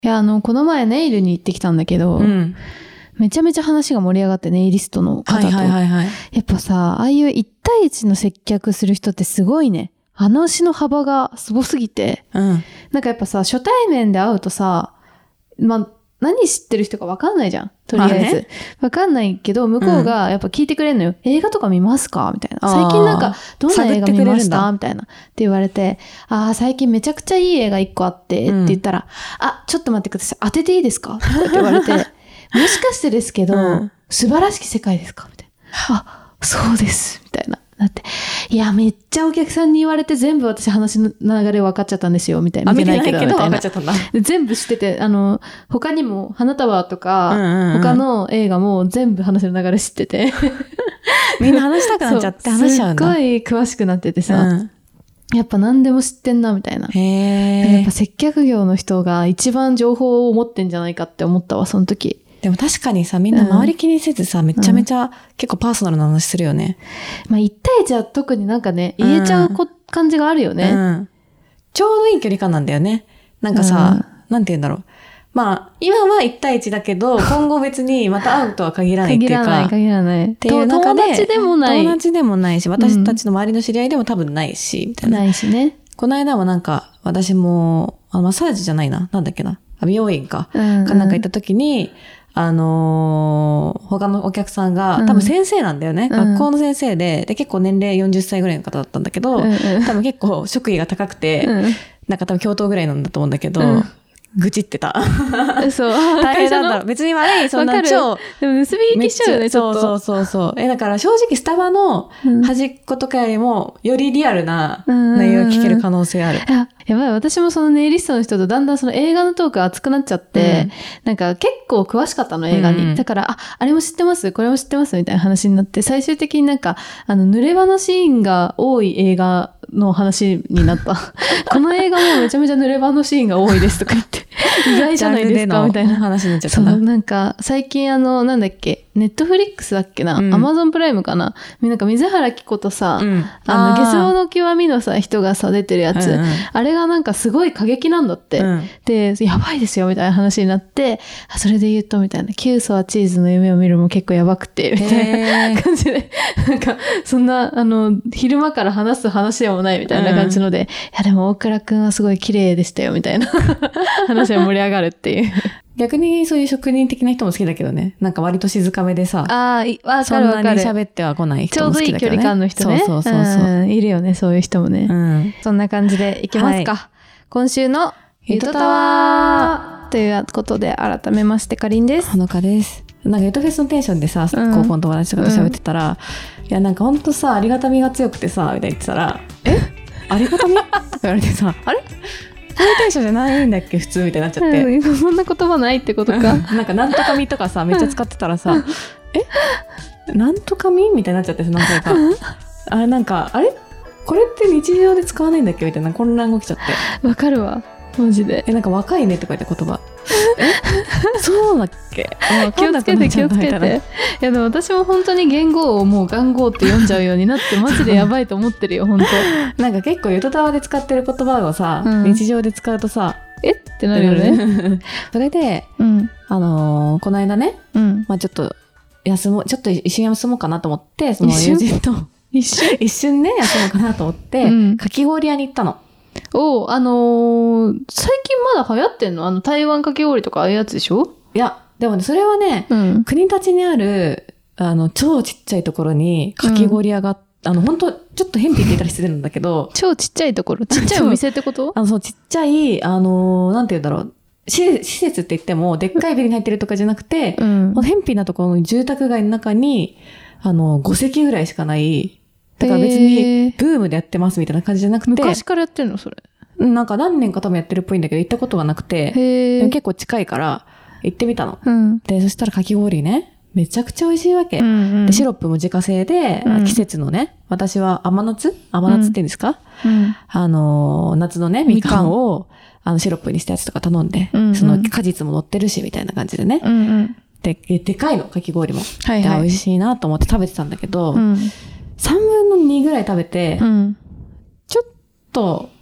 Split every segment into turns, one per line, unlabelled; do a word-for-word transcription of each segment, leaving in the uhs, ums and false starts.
いや、あの、この前ネイルに行ってきたんだけど、うん、めちゃめちゃ話が盛り上がってネイリストの方と。はいはいはいはい。やっぱさ、ああいう一対一の接客する人ってすごいね。話の幅がすごすぎて。うん。なんかやっぱさ、初対面で会うとさ、まあ、何知ってる人か分かんないじゃん。とりあえず。ね、分かんないけど、向こうがやっぱ聞いてくれるのよ。うん、映画とか見ますかみたいな。最近なんか、どんな映画見ましたみたいな。って言われて、ああ、最近めちゃくちゃいい映画一個あって、って言ったら、うん、あ、ちょっと待ってください。当てていいですかって言われて、もしかしてですけど、うん、素晴らしき世界ですかみたいな。あ、そうです。みたいな。だって、いや、めっちゃお客さんに言われて全部私話の流れ分かっちゃったんですよ、みたいな。
見てないけど、みたいな。分かっちゃったんだ。
全部知ってて、あの、他にも、花束とか、うんうんうん、他の映画も全部話の流れ知ってて。
みんな話したくなっちゃって話しちゃうんだ。
すっごい詳しくなっててさ、うん、やっぱ何でも知ってんな、みたいな。
へー。
やっぱ接客業の人が一番情報を持ってんじゃないかって思ったわ、その時。
でも確かにさ、みんな周り気にせずさ、うん、めちゃめちゃ結構パーソナルな話するよね。
まあ一対一は特になんかね、言えちゃうこ、うん、感じがあるよね、うん。
ちょうどいい距離感なんだよね。なんかさ、うん、なんて言うんだろう。まあ、今は一対一だけど、今後別にまた会うとは限らないっていうか。
限らない、限らない。
っていう中で、
友達でもない。
友達でもないし、私たちの周りの知り合いでも多分ないし、みたいな。
ないしね。
この間もなんか、私も、あマッサージじゃないな。なんだっけな。美容院か。うんうん、かなんか行った時に、あのー、他のお客さんが、多分先生なんだよね。うん、学校の先生で、で、結構年齢よんじゅっさいぐらいの方だったんだけど、うんうん、多分結構職位が高くて、うん、なんか多分教頭ぐらいなんだと思うんだけど、うん愚痴ってた。
そう。
大変なんだろう。別に悪い、そんな超。
でも結びつきしちゃうよね、ちょっと。
そうそうそう。え、だから正直スタバの端っことかよりも、よりリアルな内容を聞ける可能性ある。
うん、や, やばい、私もそのネイリストの人とだんだんその映画のトーク熱くなっちゃって、うん、なんか結構詳しかったの、映画に。うん、だから、あ、あれも知ってますこれも知ってますみたいな話になって、最終的になんか、あの、濡れ場のシーンが多い映画の話になった。この映画もめちゃめちゃ濡れ場のシーンが多いですとか言って。意外じゃないですかみたいな
話になっちゃったな。
そう、なんか、最近あの、なんだっけ、ネットフリックスだっけな、アマゾンプライムかな。なんか水原希子とさ、うん、あの、下相の極みのさ、人がさ、出てるやつ、うんうん。あれがなんかすごい過激なんだって。うん、で、やばいですよ、みたいな話になって、あそれで言うと、みたいな、キュウソはチーズの夢を見るも結構やばくて、みたいな感じで、なんか、そんな、あの、昼間から話す話でもないみたいな感じので、うん、いやでも大倉くんはすごい綺麗でしたよ、みたいな話が盛り上がるっていう。
逆にそういう職人的な人も好きだけどね。なんか割と静かめでさ。
ああ、わかるわかる。
そんなに喋っては来ない人も好きだけどね。
ちょうどいい距離感の人ね。
そうそうそうそう、
うん。いるよね、そういう人もね。うん、そんな感じでいきますか。はい、今週のゆとたわということで改めましてかりんです。
ほのかです。なんかゆとフェスのテンションでさ、うん、高校の友達とかと喋ってたら、うん、いやなんかほんとさ、ありがたみが強くてさ、みたいな言ってたら、えありがたみって言われてさ、あれそういうテンションじゃないんだっけ普通みたいになっちゃって、
うん、そんな言葉ないってことか
なんかなんとかみとかさめっちゃ使ってたらさえなんとかみみたいになっちゃってさ何回かあれなんかあれこれって日常で使わないんだっけみたいな混乱が起きちゃって
わかるわマジで
えなんか若いねって書いて言葉えそうだっけ
気をつけて気をつけていやでも私も本当に言語をもう元号って読んじゃうようになってマジでやばいと思ってるよ本当
なんか結構ゆとたわで使ってる言葉をさ、うん、日常で使うとさ
えってなるよね
それで、うん、あのー、この間ね、うんまあ、ちょっと休もうちょっと一瞬休もうかなと思ってその友人と
一瞬
一瞬ね休もうかなと思って、うん、かき氷屋に行ったの
おあのー、最近まだ流行ってんのあの台湾かき氷とかああいうやつでしょ
いやでもねそれはね、うん、国立にあるあの超ちっちゃいところにかき氷屋があって、うん、あの本当ちょっと偏僻って言ったら失礼なんだけど
超ちっちゃいところちっちゃいお店ってこと
あのそうちっちゃいあのなんて言うんだろう施設って言ってもでっかいビルに入ってるとかじゃなくて、うん、偏僻なところの住宅街の中にあのご席ぐらいしかないだから別にブームでやってますみたいな感じじゃなくて
昔からやってんのそれ
なんか何年か多分やってるっぽいんだけど行ったことがなくてでも結構近いから行ってみたの、うん、でそしたらかき氷ねめちゃくちゃ美味しいわけ、うんうん、でシロップも自家製で、うん、季節のね私は甘夏甘夏って言うんですか、うん、あの夏のねみかんをあのシロップにしたやつとか頼んで、うんうん、その果実も乗ってるしみたいな感じでね、うんうん、ででかいのかき氷も、はいはい、で美味しいなと思って食べてたんだけど、うん、さんぶんのにぐらい食べて、うん、ちょっと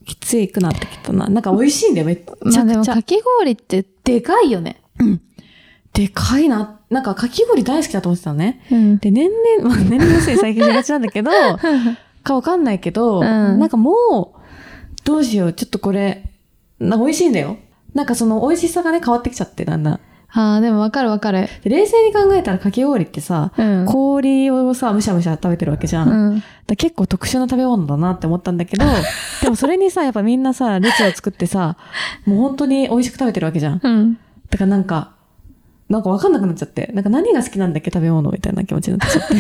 きついくなってきたな。なんか美味しいんだよ、めっちゃくちゃ。
まあでもかき氷ってでかいよね。
うん。でかいな。なんかかき氷大好きだと思ってたのね。
うん、
で、年々、まあ年々のせい最近しがちなんだけど、かわかんないけど、うん、なんかもう、どうしよう、ちょっとこれ、なんか美味しいんだよ。なんかその美味しさがね、変わってきちゃって、だんだん。
ああ、でもわかるわかる。
冷静に考えたらかき氷ってさ、うん、氷をさ、むしゃむしゃ食べてるわけじゃん。うん、だ結構特殊な食べ物だなって思ったんだけど、でもそれにさ、やっぱみんなさ、列を作ってさ、もう本当に美味しく食べてるわけじゃん。うん、だからなんか、なんかわかんなくなっちゃって、なんか何が好きなんだっけ食べ物みたいな気持ちになっちゃって。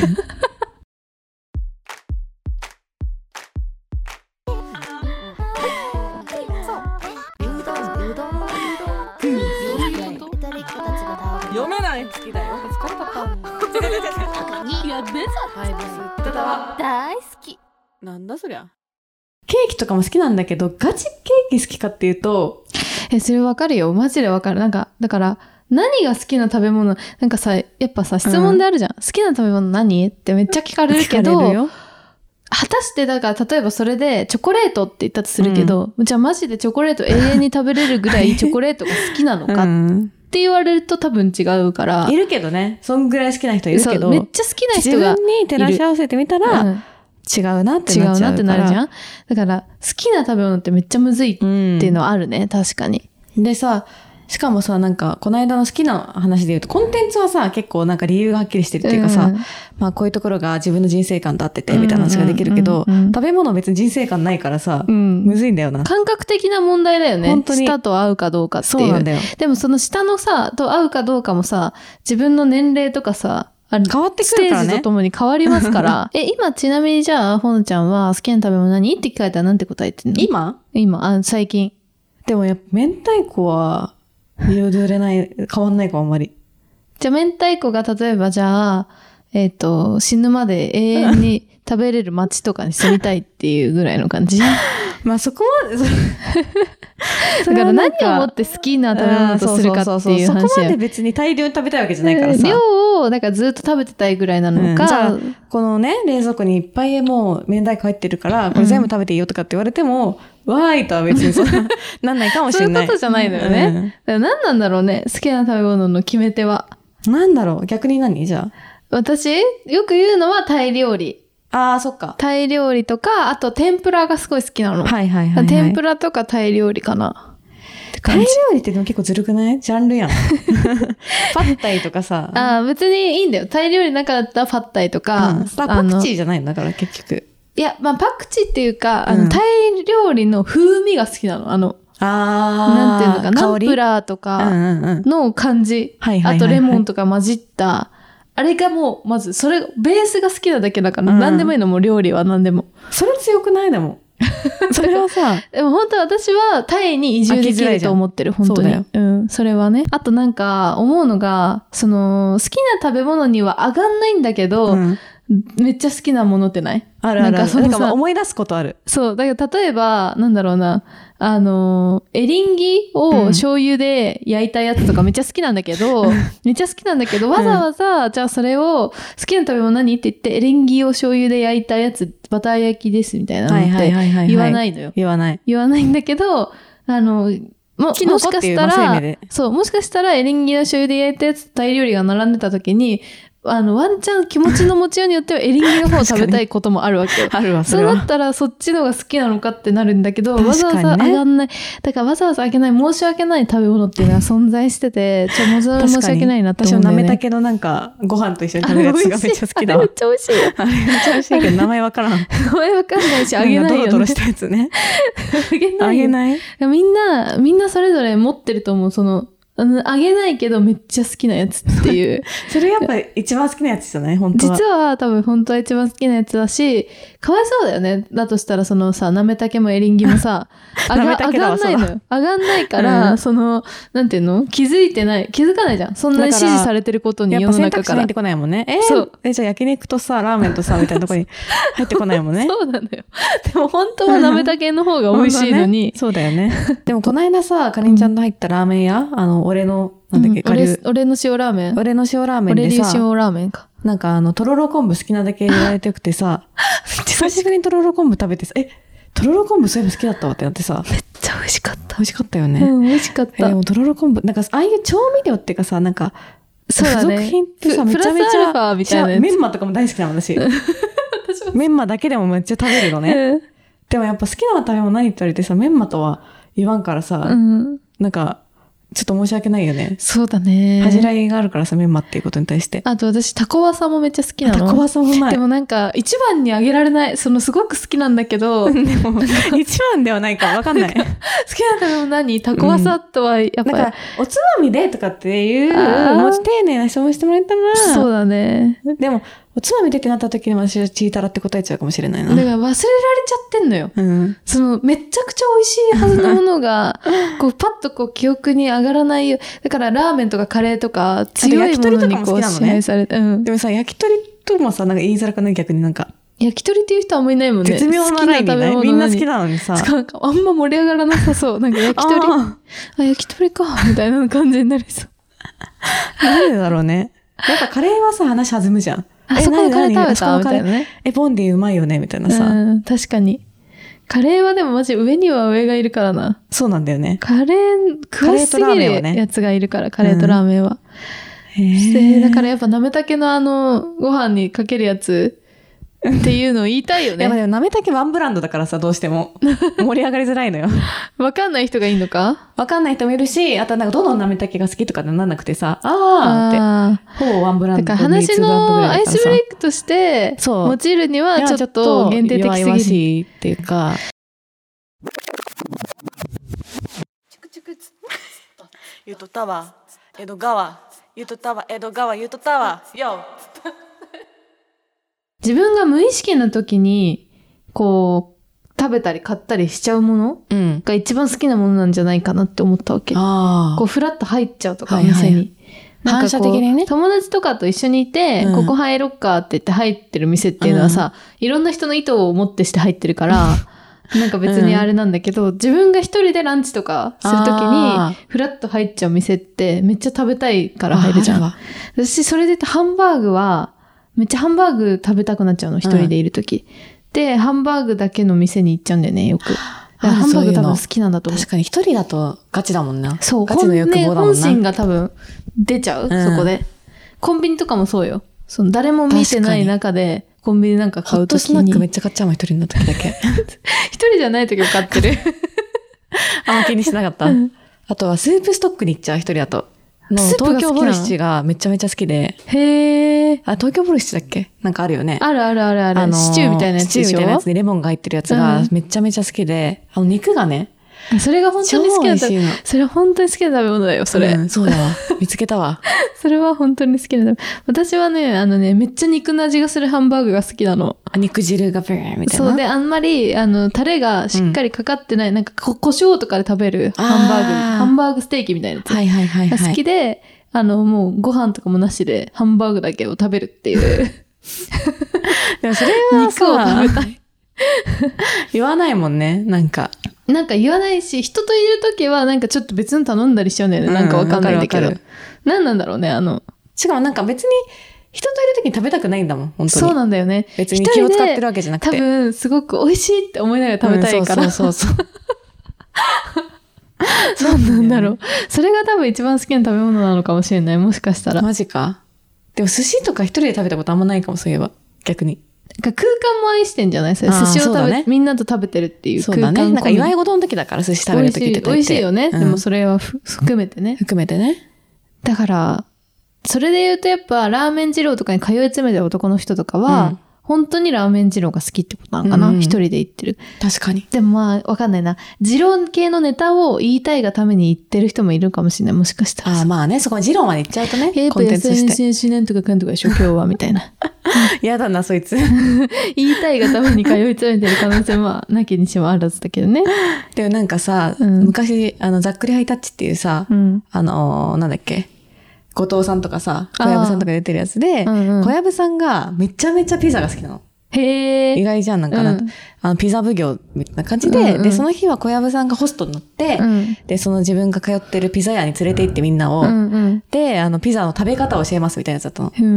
読めない好きだよ。疲れたか。やべえぞ。大好き。なんだそりゃ。ケーキとかも好きなんだけど、ガチケーキ好きかっていうと、
え、それわかるよ。マジでわかる。なんか、だから、何が好きな食べ物、なんかさ、やっぱさ、質問であるじゃん。うん、好きな食べ物何ってめっちゃ聞かれるけど、果たしてだから、例えばそれでチョコレートって言ったとするけど、うん、じゃあマジでチョコレート永遠に食べれるぐらいチョコレートが好きなのか、うんって言われると多分違うから。
いるけどね。そんぐらい好きな人いるけど。
めっちゃ好きな人がいる。
自分に照らし合わせてみたら、うん、違うなってなっちゃうから。違うなってなるじゃん。
だから、好きな食べ物ってめっちゃむずいっていうのはあるね。うん、確かに。
でさ、しかもさ、なんか、この間の好きな話で言うと、コンテンツはさ、結構なんか理由がはっきりしてるっていうかさ、うん、まあこういうところが自分の人生観と合ってて、みたいな話ができるけど、うんうんうんうん、食べ物は別に人生観ないからさ、うん、むずいんだよな。
感覚的な問題だよね。本当に。舌と合うかどうかっていう。
そうなんだよ。
でもその舌のさ、と合うかどうかもさ、自分の年齢とかさ、
変わってくるからね。
ステージとともに変わりますから。え、今ちなみにじゃあ、ほのちゃんは好きな食べ物何って聞かれたらなんて答えてんの？
今？
今、あ、最近。
でもやっぱ明太子は、彩れない、変わんないかあんまり。
じゃあ明太子が例えばじゃあ、えっと、死ぬまで永遠に食べれる街とかに住みたいっていうぐらいの感じ。
まあそこまで、だ
から何をもって好きな食べ物とするかっていう話。
そこまで別に大量に食べたいわけじゃないからさ。
量を、だからずっと食べてたいぐらいなのか。うん、
じゃあ、このね、冷蔵庫にいっぱいもう明太子入ってるから、これ全部食べていいよとかって言われても、うん、わーいとは別にそんな、なんないかもしれない。
そういうことじゃないのよね。うん、だから何なんだろうね、好きな食べ物の決め手は。
なんだろう、逆に何じゃあ。
私、よく言うのはタイ料理。
ああ、そっか。
タイ料理とか、あと天ぷらがすごい好きなの。
はいはいはい、はい。
天ぷらとかタイ料理かな。
タイ料理ってでも結構ずるくない？ジャンルやん。パッタイとかさ。
ああ、別にいいんだよ。タイ料理なかったらパッタイとか。
うん、パクチーじゃないんだから結局。
いや、まあパクチーっていうか、あの、うん、タイ料理の風味が好きなの。あの、
あ
なんていうのか、ナンプラーとかの感じ。うんうんうん、あとレモンとか混じった。あれがもう、まず、それ、ベースが好きなだけだから、うん、何でもいいのも料理は何でも。
それ強くないでも。それはさ。
でも本当私はタイに移住できると思ってる、本当に。そうだよ。うん。それはね。あとなんか、思うのが、その、好きな食べ物には上がんないんだけど、うん、めっちゃ好きなものってない？
あるあるある。なんかそのさ、なんか思い出すことある。
そう。だけど例えば、なんだろうな、あの、エリンギを醤油で焼いたやつとかめっちゃ好きなんだけど、うん、めっちゃ好きなんだけど、わざわざ、うん、じゃあそれを、好きな食べ物何って言って、エリンギを醤油で焼いたやつ、バター焼きですみたいなのって言わないのよ。
言わない。
言わないんだけど、あの、も、もしかしたら、そう、もしかしたらエリンギの醤油で焼いたやつ、タイ料理が並んでた時に、あの、ワンチャン気持ちの持ちようによってはエリンギの方を食べたいこともあるわけよ。
あるわ、
それは。そうなったらそっちの方が好きなのかってなるんだけど、わざわざあがんない。だからわざわざあげない、申し訳ない食べ物っていうのは存在してて、ちょ、申し訳ないなって思うんだよね。
私もなめたけのなんか、ご飯と一緒に食べるやつがめっちゃ好きだわ。
めっちゃ美味しい。
あれめっちゃ美味しいけど、名前わからん。名
前わかんないし、あげないよね。
ドロドロしたやつね。
あげない。
あげない。
みんな、みんなそれぞれ持ってると思う、その、あげないけどめっちゃ好きなやつっていう。
それやっぱ一番好きなやつじゃない？本当は。
実は多分本当は一番好きなやつだし、かわいそうだよね。だとしたらそのさ、なめたけもエリンギもさ、あが、あがんないのよ。あがんないから、うん、その、なんていうの？気づいてない。気づかないじゃん。そんなに支持されてることに世の中から。やっぱ選択肢入
ってこないもんね。えー、そう。え、じゃあ焼肉とさ、ラーメンとさ、みたいなとこに入ってこないもんね。
そうなのよ。でも本当はなめたけの方が美味しいのに。
ね、そうだよね。でもこの間さ、かりんちゃんの入ったラーメン屋、あの、俺の、なんだっけ、
うん、俺、俺の塩ラーメン。
俺の塩ラーメンでさ。
俺の塩ラーメンか。
なんかあの、とろろ昆布好きなだけ入れられてよくてさ、久しぶりにとろろ昆布食べてさ、え、 とろろ昆布そういえば好きだったわってなってさ。
めっちゃ美味しかった。
美味しかったよね。
うん、美味しかった。
えー、でもとろろ昆布、なんかああいう調味料っていうかさ、なんか、
そうだね。
付属品ってさ、めちゃめちゃ、
プラスアルファみたいなやつ。
メンマとかも大好きなの、私。メンマだけでもめっちゃ食べるのね。うん、でもやっぱ好きな食べ物何って言われてさ、メンマとは言わんからさ、うん、なんか、ちょっと申し訳ないよね。
そうだね。
恥じらいがあるからさ、メンマっていうことに対して。
あと私、タコワサもめっちゃ好きなの。
タコワサもうまい。
でもなんか、一番にあげられない。そのすごく好きなんだけど。で
も、一番ではないかわかんない。好きな
食べ物何タコワサとはやっぱり、うん。
なんか、おつまみでとかっていう、もう丁寧な質問してもらえたら。
そうだね。
でも、おつまみでってなった時に私はチータラって答えちゃうかもしれないな。
だから忘れられちゃってんのよ。うん、そのめちゃくちゃ美味しいはずのものが、こうパッとこう記憶に上がらないよ。だからラーメンとかカレーとか強いものにこう支配されて、うん。
でもさ、焼き鳥ともさ、なんか言いづらくない逆になんか。
焼き鳥っていう人はあんまりいないもんね。
絶妙なラインにね。みんな好きなのにさ。
なんかあんま盛り上がらなさそう。なんか焼き鳥。ああ、焼き鳥か。みたいな感じになりそう。
なんでだろうね。やっぱカレーはさ、話弾むじゃん。
あそこのカレー食べたみたいなね。
え、ボンディうまいよねみたいなさ。
うん、確かに。カレーはでもマジ上には上がいるからな。
そうなんだよね。
カレー、詳しすぎるやつがいるから、カレーとラーメンは。うん、へだからやっぱなめたけのあの、ご飯にかけるやつっていうのを言いたいよね。
いや、でもなめたけワンブランドだからさ、どうしても。盛り上がりづらいのよ。
わかんない人がいいのか
わかんない人もいるし、あとなんかどのなめたけが好きとかってなんなくてさ、あーって。ほぼワンブランド。
だから話のアイスブレイクとして、用いるにはちょっと限定的すぎる。
弱々しいっていうか。チクチクゆとたわ、江戸川、ゆとたわ、江戸川、ゆとたわ、よ
自分が無意識な時に、こう、食べたり買ったりしちゃうものが一番好きなものなんじゃないかなって思ったわけ。あこう、フラッと入っちゃうとか、お店に。はいはい、なんかこう、反射的にね、友達とかと一緒にいて、うん、ここ入ろっかって言って入ってる店っていうのはさ、うん、いろんな人の意図を持ってして入ってるから、なんか別にあれなんだけど、うん、自分が一人でランチとかするときに、フラッと入っちゃう店ってめっちゃ食べたいから入るじゃん。私、それで言ってハンバーグは、めっちゃハンバーグ食べたくなっちゃうの、一人でいるとき、うん。で、ハンバーグだけの店に行っちゃうんだよね、よく。ハンバーグ多分好きなんだと思う。
確かに一人だとガチだもんな。
そう、
ガチの欲望だもんな。
本心が多分出ちゃう、うん、そこで。コンビニとかもそうよ。その誰も見てない中で、コンビニなんか買うときに。ホットスナック
めっちゃ買っちゃうもん、一人の時だけ。
一人じゃない時も買ってる。
あんま気にしなかった。あとはスープストックに行っちゃう、一人だと。の東京ボルシチがめちゃめちゃ好きで。
へー。
あ、東京ボルシチだっけなんかあるよね。
あるあるあるある。あのー、シチューみたいなやつでしょ。
シチューみたいなやつでレモンが入ってるやつがめちゃめちゃ好きで、うん、あの肉がね。
それが本当に好きな食べ物。それは本当に好きな食べ物だよ、それ。
うん、そうだわ。見つけたわ。
それは本当に好きな食べ物。私はね、あのね、めっちゃ肉の味がするハンバーグが好きなの。
肉汁がブーみたいな。
そうで、あんまり、あの、タレがしっかりかかってない、うん、なんかこ、胡椒とかで食べるハンバーグ、ハンバーグステーキみたいなやつ。はいはいはい、はい。が好きで、あの、もうご飯とかもなしでハンバーグだけを食べるっていう。
でもそれは肉を食べたい。言わないもんね、なんか。
なんか言わないし、人といるときはなんかちょっと別に頼んだりしちゃうんだよね。うん、なんかわかんないんだけど。何なんだろうね、あの。
しかもなんか別に人といるときに食べたくないんだもん、本当に。
そうなんだよね。
別に気を使ってるわけじゃなくて。
多分すごく美味しいって思いながら食べたいから。うん、そうそうそうそう。そうなんだろう。それが多分一番好きな食べ物なのかもしれない。もしかしたら。
マジか。でも寿司とか一人で食べたことあんまないかも、そういえば。逆に。
空間も愛してんじゃないそれ寿司を食べ、ね、みんなと食べてるっていう空間。
そうだね。なんか祝い事の時だから寿司食べる時って
美味しいよね。うん、でもそれは含めてね。
含めてね。
だから、それで言うとやっぱラーメン二郎とかに通い詰めてる男の人とかは、うん本当にラーメン二郎が好きってことなのかな、うん、一人で行ってる。
確かに。
でもまあ、わかんないな。二郎系のネタを言いたいがために言ってる人もいるかもしれない。もしかしたら。
ああ、まあね、そこ二郎まで行っちゃうとね。
やっぱ野菜に選手なんとかかんとかでしょ、今日は、みたいな。
やだな、そいつ。
言いたいがために通い詰めてる可能性は、なきにしもあらずだけどね。
でもなんかさ、うん、昔、あの、ざっくりハイタッチっていうさ、うん、あのー、なんだっけ。後藤さんとかさ、小籔さんとか出てるやつで、うんうん、小籔さんがめちゃめちゃピザが好きなの。
へー。
意外じゃん、なんかな、うん、あの、ピザ奉行みたいな感じで、うんうん、で、その日は小籔さんがホストになって、うん、で、その自分が通ってるピザ屋に連れて行ってみんなを、うんうん、で、あの、ピザの食べ方を教えますみたいなやつだったの。うん、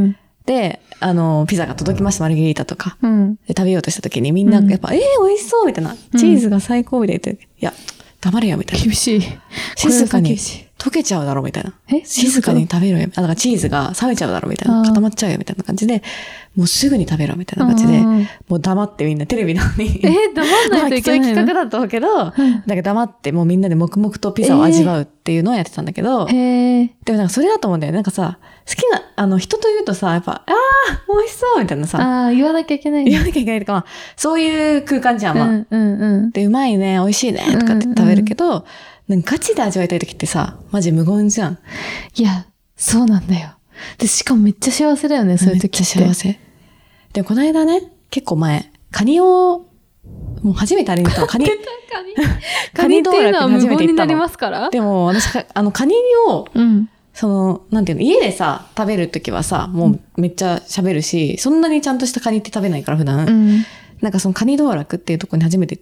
で、あの、ピザが届きました、マルゲリータとか。
うん、で
食べようとした時にみんな、やっぱ、うん、えー、美味しそうみたいな。チーズが最高みたいな言って、うん、いや、黙れよみたいな。
厳しい。
静かに溶けちゃうだろみたいな。え静かに食べろよ。あ、だからチーズが冷めちゃうだろみたいな。固まっちゃうよみたいな感じで、もうすぐに食べろみたいな感じで、もう黙ってみんなテレビなのに。
えー、黙んないといけないの。
そういう企画だと思うけど、うん、だから黙ってもうみんなで黙々とピザを味わうっていうのをやってたんだけど、えー、でもなんかそれだと思うんだよね。なんかさ、好きな、あの、人と言うとさ、やっぱ、あー、美味しそうみたいなさ。
ああ、言わなきゃいけない、
ね。言わなきゃいけないとか、まあ、そういう空間じゃん、まあ。うんうんうん、で、うまいね、美味しいね、とかって食べるけど、うんうん、なんかガチで味わいたい時ってさ、マジ無言じゃん。
いや、そうなんだよ。で、しかもめっちゃ幸せだよね、そういう時って。
めっちゃ幸せ。で、この間ね、結構前、カニを、もう初めてあれに行ったの。カニ。
カニ。カニっていうのは無言になりますから。
でも、私、あの、カニを、うん、その、なんていうの、家でさ、食べるときはさ、もうめっちゃ喋るし、そんなにちゃんとしたカニって食べないから、普段。うん、なんかそのカニ道楽っていうところに初めて行って、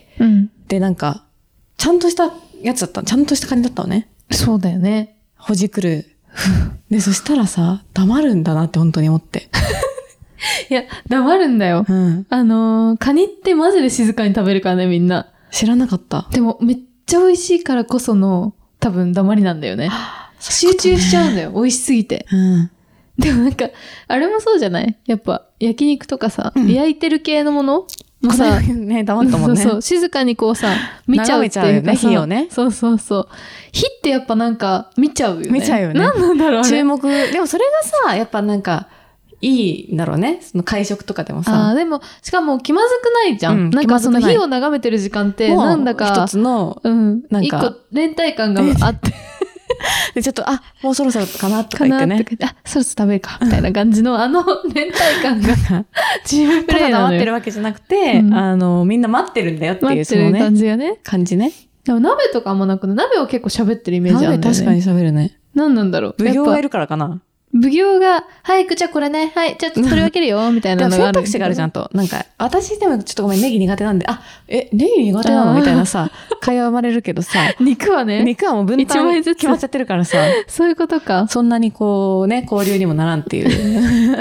うん、で、なんか、ちゃんとしたやつだった、ちゃんとしたカニだったのね。
そうだよね。
ほじくる。で、そしたらさ、黙るんだなって本当に思って。
いや、黙るんだよ。うん、あのー、カニってマジで静かに食べるからね、みんな。
知らなかった。
でも、めっちゃ美味しいからこその、多分黙りなんだよね。集中しちゃうんだよ。美味しすぎて。うん、でもなんか、あれもそうじゃない？やっぱ、焼肉とかさ、うん、焼いてる系のものもさ、
ね、黙ったもんね。
そうそう、静かにこうさ、見ちゃうっていうかさ、
火をね。
そうそうそう。火ってやっぱなんか、見ちゃうよね。
見ちゃうよね。
なんなんだろうね。
注目。でもそれがさ、やっぱなんか、いいんだろうね。その会食とかでもさ。
ああ、でも、しかも気まずくないじゃん。うん、なんかその火を眺めてる時間って、なんだか、
一つの、
うん、なんか、一個連帯感があって。
で、ちょっと、あ、もうそろそろかなとか言ってね。
あ、そろそろ食べるか、みたいな感じの、あの連帯感が、チームプレイなのよ。
ただ待ってるわけじゃなくて、うん、あの、みんな待ってるんだよっていう、
待ってる感じがね。
感じね。
でも鍋とかもなく、鍋を結構喋ってるイメージあるんだよね。
鍋確かに喋るね。
何なんだろう。
奉行がいるからかな。
奉行が、はい、じゃあこれね、はい、じゃあ取り分けるよ、みたいなのがある。
選択肢があるじゃんと。なんか、私でもちょっとごめん、ネギ苦手なんで、あ、え、ネギ苦手なのみたいなさ、会話生まれるけどさ。
肉はね。
肉はもう分担決まっちゃってるからさ。
そういうことか。
そんなにこうね、交流にもならんっていう。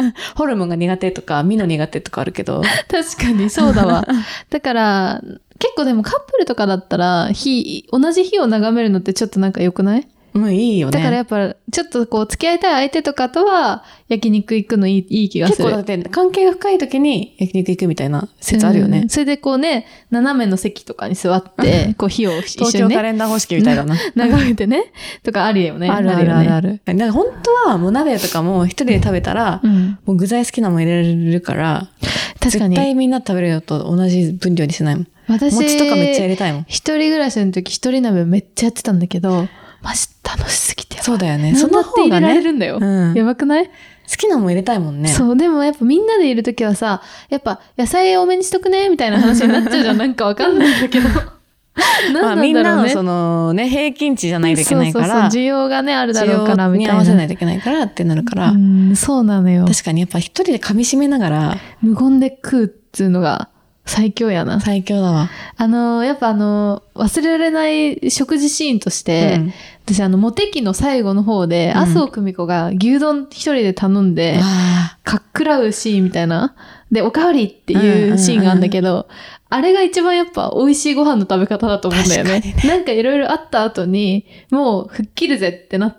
ホルモンが苦手とか、身の苦手とかあるけど。
確かに、そうだわ。だから、結構でもカップルとかだったら、火、同じ火を眺めるのってちょっとなんか良くない？
もういいよね。
だからやっぱ、ちょっとこう、付き合いたい相手とかとは、焼肉行くのいい、いい気がする。
結構だって、関係が深い時に焼肉行くみたいな説あるよね。
うん、それでこうね、斜めの席とかに座って、こう火を一緒にね。
東京カレンダー方式みたいだな。
眺めてね。とかあるよね。
あるあるあるある。だから本当はもう鍋とかも一人で食べたら、うん、もう具材好きなもん入れられるから、確かに。絶対みんな食べるのと同じ分量にしないもん。
私、
餅とかめっちゃ入れたいもん。
一人暮らしの時一人鍋めっちゃやってたんだけど、マジ楽しすぎて。
そうだよね。
そんなって入れられるんだよ。うん、やばくない？
好きなもん入れたいもんね。
そう、でもやっぱみんなでいるときはさ、やっぱ野菜多めにしとくねみたいな話になっちゃうじゃん。なんかわかんないんだけど。
まあみんなのそのね、平均値じゃないといけないから。
そうそうそう、需要がね、あるだろうからみたいな。
需要に合わせないといけないからってなるから。
うん、そうなのよ。
確かにやっぱ一人で噛み締めながら。
無言で食うっていうのが最強やな。
最強だわ。
あの、やっぱあの、忘れられない食事シーンとして、うん、私あの、モテ期の最後の方で、うん、麻生久美子が牛丼一人で頼んで、かっくらうシーンみたいな。で、おかわりっていうシーンがあるんだけど、うんうんうん、あれが一番やっぱ美味しいご飯の食べ方だと思うんだよね。ね、なんかいろいろあった後に、もう吹っ切るぜってなって、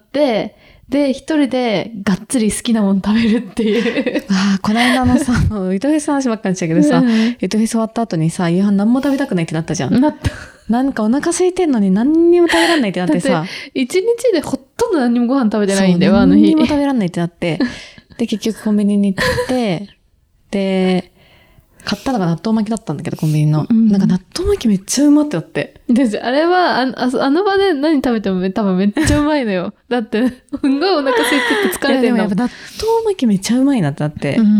で、一人でがっつり好きなもの食べるっていう。
ああ、この間のさ、糸フェスの話ばっかりしたけどさ、糸フェス終わった後にさ、夕飯何も食べたくないってなったじゃん。
なった。
なんかお腹空いてんのに何にも食べらんないってなってさ。
一日でほとんど何にもご飯食べてないんだよ、あの日。
何にも食べらんないってなって。で、結局コンビニに行って、で、買ったのが納豆巻きだったんだけど、コンビニの。うん、なんか納豆巻きめっちゃうまってなって。
で、あれは、あの、あの場で何食べても多分めっちゃうまいのよ。だって、すごいお腹空いてて疲れてるの。
でもやっぱ納豆巻きめっちゃうまいなってなって。うんうんうん、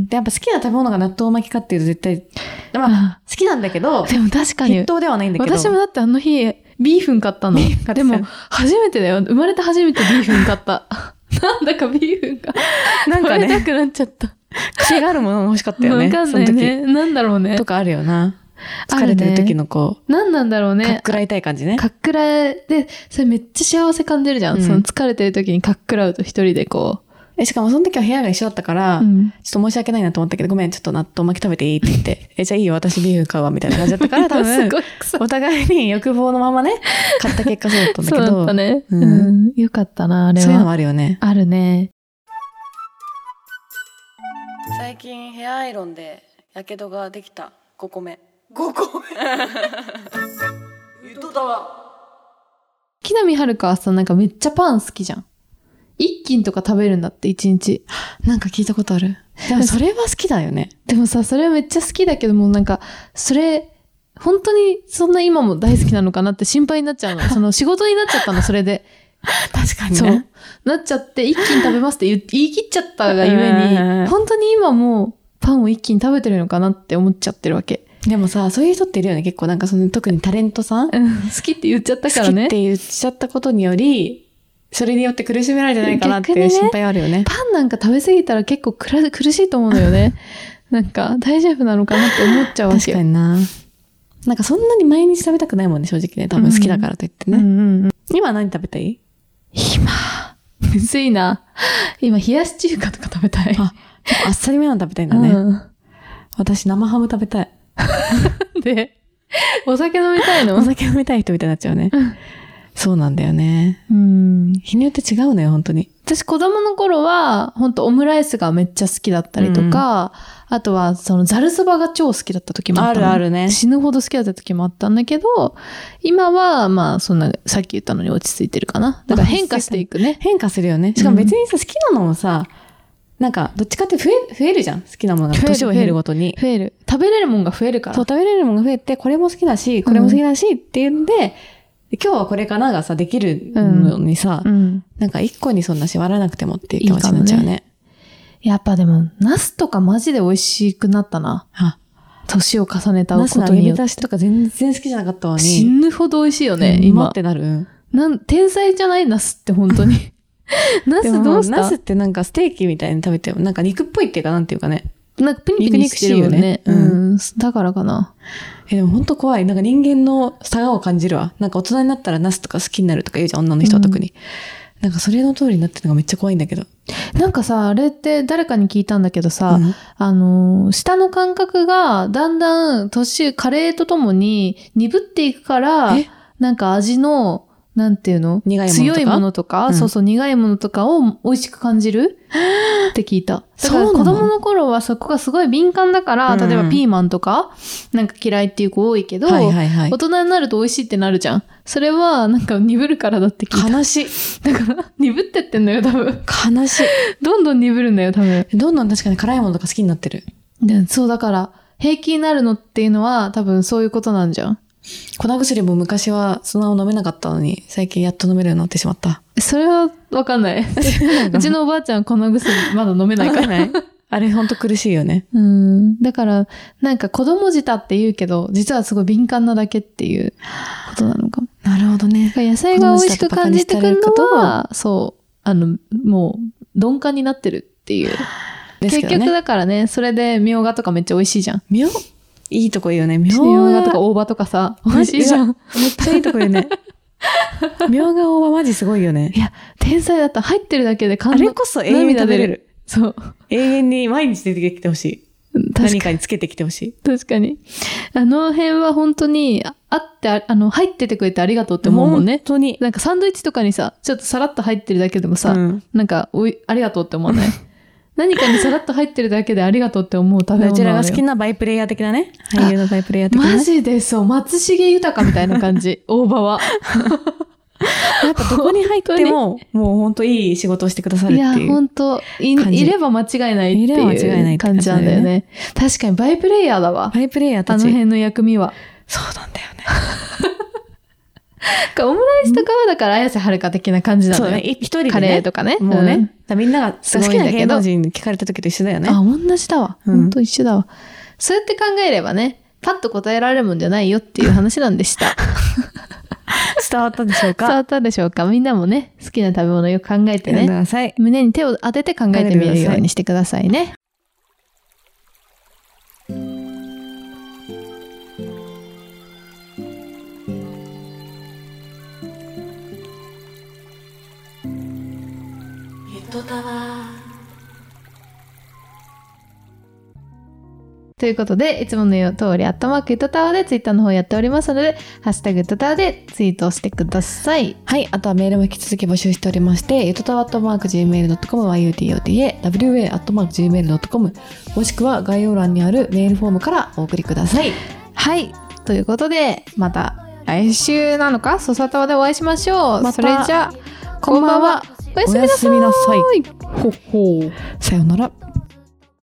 で、やっぱ好きな食べ物が納豆巻きかっていうと絶対、まあ、好きなんだけど、
でも確かに。
筆頭ではないんだけど。
私もだってあの日、ビーフン買ったの。でも、初めてだよ。生まれて初めてビーフン買った。なんだかビーフンが。なんかね。食べたくなっちゃった。
癖があるものが欲しかったよね。
わかんないね。なんだろうね。
とかあるよな。疲れてる時のこう。
何なんだろうね。
かっくらいたい感じね。
かっくらいで、それめっちゃ幸せ感じるじゃん。うん、その疲れてる時にかっくらうと一人でこう。
え、しかもその時は部屋が一緒だったから、うん、ちょっと申し訳ないなと思ったけど、ごめん、ちょっと納豆巻き食べていいって言って、え、じゃあいいよ、私ビーフ買うわ、みたいな感じだったから、多分、お互いに欲望のままね、買った結果そうだったんだけど。
そうだったね。うん。うん、よかったな、あれは。
そういうのもあるよね。
あるね。
最近ヘアアイロンでやけどができたごこめ。ごこめ言っとったわ。
木南晴香はさ、なんかめっちゃパン好きじゃん。一斤とか食べるんだって、一日。
なんか聞いたことある。でもそれは好きだよね。
でもさ、それはめっちゃ好きだけども、なんか、それ、本当にそんな今も大好きなのかなって心配になっちゃうの。その仕事になっちゃったの、それで。
確かにね。
そう。なっちゃって、一斤食べますって言い切っちゃったがゆえに、本当に今もパンを一斤食べてるのかなって思っちゃってるわけ。
でもさ、そういう人っているよね。結構なんかその特にタレントさん、
うん、好きって言っちゃったからね。
好きって言っちゃったことにより、それによって苦しめられてないかなっていう心配はあるよね。
ね、パンなんか食べ過ぎたら結構苦しいと思うのよね。なんか大丈夫なのかなって思っちゃうわけ。
確かにな。なんかそんなに毎日食べたくないもんね、正直ね。多分好きだからといってね。うんうんうん、今何食べたい？
今、むずいな。今冷やし中華とか食べたい。
あ、あっさりめなの食べたいんだね。うん、私生ハム食べたい。
で、お酒飲みたいの？
お酒飲みたい人みたいになっちゃうね。そうなんだよね。うん。日によって違うのよ、本当に。
私子供の頃は、本当オムライスがめっちゃ好きだったりとか、うん、あとはそのザルそばが超好きだった時もあったの。
あるあるね。
死ぬほど好きだった時もあったんだけど、今はまあそんな、さっき言ったのに落ち着いてるかな。だから変化していくね。
変化するよね。しかも別にさ、好きなのもさ、なんか、どっちかって増え、増えるじゃん。好きなものが年を経るごとに。
増える。食べれるもんが増えるから。
そう、食べれるものが増えて、これも好きだし、これも好きだしっていうんで、うん、今日はこれかながさ、できるのにさ、うんうん、なんか一個にそんな縛らなくてもっていう気持ちになっちゃうね。いいね、
やっぱでも、ナスとかマジで美味しくなったな。年を重ねたことによって。ナスの揚げ
浸しとか全然好きじゃなかったのに。
死ぬほど美味しいよね、
うん、今。ってなる。
なん、天才じゃないナスって本当に。ナスどうした？
ナスってなんかステーキみたいに食べても、なんか肉っぽいっていうかなんていうかね。
なんかプニプニしてるよね。うん。だからかな。
え、でも本当怖い。なんか人間の差がを感じるわ。なんか大人になったらナスとか好きになるとか言うじゃん、女の人は特に。うん、なんかそれの通りになってるのがめっちゃ怖いんだけど。
なんかさ、あれって誰かに聞いたんだけどさ、うん、あの、舌の感覚がだんだん年、加齢とともに鈍っていくから、なんか味の、なんていうの？苦いものとか強いものとか、うん、そうそう、苦いものとかを美味しく感じるって聞いた。だから子供の頃はそこがすごい敏感だから、例えばピーマンとか、なんか嫌いっていう子多いけど、はいはいはい、大人になると美味しいってなるじゃん。それはなんか鈍るからだって聞いた。
悲しい。
だから鈍ってってんのよ、多分。
悲しい。
どんどん鈍るんだよ、多分。
どんどん確かに辛いものとか好きになってる。
でそうだから、平気になるのっていうのは多分そういうことなんじゃん。
粉薬も昔はそのまま飲めなかったのに、最近やっと飲めるようになってしまった。
それはわかんない。うちのおばあちゃん粉薬まだ飲めないから。
あれほんと苦しいよね。
うん。だから、なんか子供舌って言うけど、実はすごい敏感なだけっていうことなのかも。
なるほどね。
野菜が美味しく感じてくるのは、そう、あの、もう鈍感になってるっていう。結局だからね、それでみょうがとかめっちゃ美味しいじゃん。
みょういいとこ言うね。
みょうがとか大葉とかさ、美味しいじゃん。
めっちゃいいとこ言うね。みょうが大葉マジすごいよね。
いや、天才だった。入ってるだけで感
動。あれこそ永遠に食べれる。
そう。
永遠に毎日出てきてほしい。何かにつけてきてほしい。
確かに。あの辺は本当に、あって、あの、入っててくれてありがとうって思うもんね。
本当に。
なんかサンドイッチとかにさ、ちょっとさらっと入ってるだけでもさ、うん、なんかおい、ありがとうって思わない。何かにさらっと入ってるだけでありがとうって思う食べ物なのよ。
うちらが好きなバイプレイヤー的なね。俳優のバイプレイヤー的な、ね。
マジでそう。松重豊みたいな感じ。大葉は。
なんかどこに入っても、もう本当いい仕事をしてくださるっていう。
いや、本当 い, いれば間違いないっていう感じなんだよね。確かにバイプレイヤーだわ。
バイプレイヤーたち。
あの辺の薬味は。
そうなんだよね。
オムライスとかはだから綾瀬はるか的な感じなのよ。
そうね。一人でね。
カレーとかね。
もうね。うん、みんなが好きな芸能人に聞かれた時と一緒だよね。
あ、同じだわ。うん、本当一緒だわ。そうやって考えればね、パッと答えられるもんじゃないよっていう話なんでした。
伝わったでしょうか？
伝わったでしょうか？みんなもね、好きな食べ物をよく考えてね。胸に手を当てて考えてみるようにしてくださいね。
ゆとたわ。
ということで、いつもの通り、アットマークゆとたわでツイッターの方やっておりますので、ハッシュタグゆとたわでツイートをしてください。
はい。あとはメールも引き続き募集しておりまして、ゆとたわアットマーク ジーメールドットコム、ユートタワ ダブリューエー アットマーク ジーメールドットコム、もしくは概要欄にあるメールフォームからお送りください。
はい。ということで、また来週なのか、そさたわでお会いしましょう。ま、それじゃあ、こんばんは。おやすみなさい。
おやすみなさい。ほっほー。さよなら。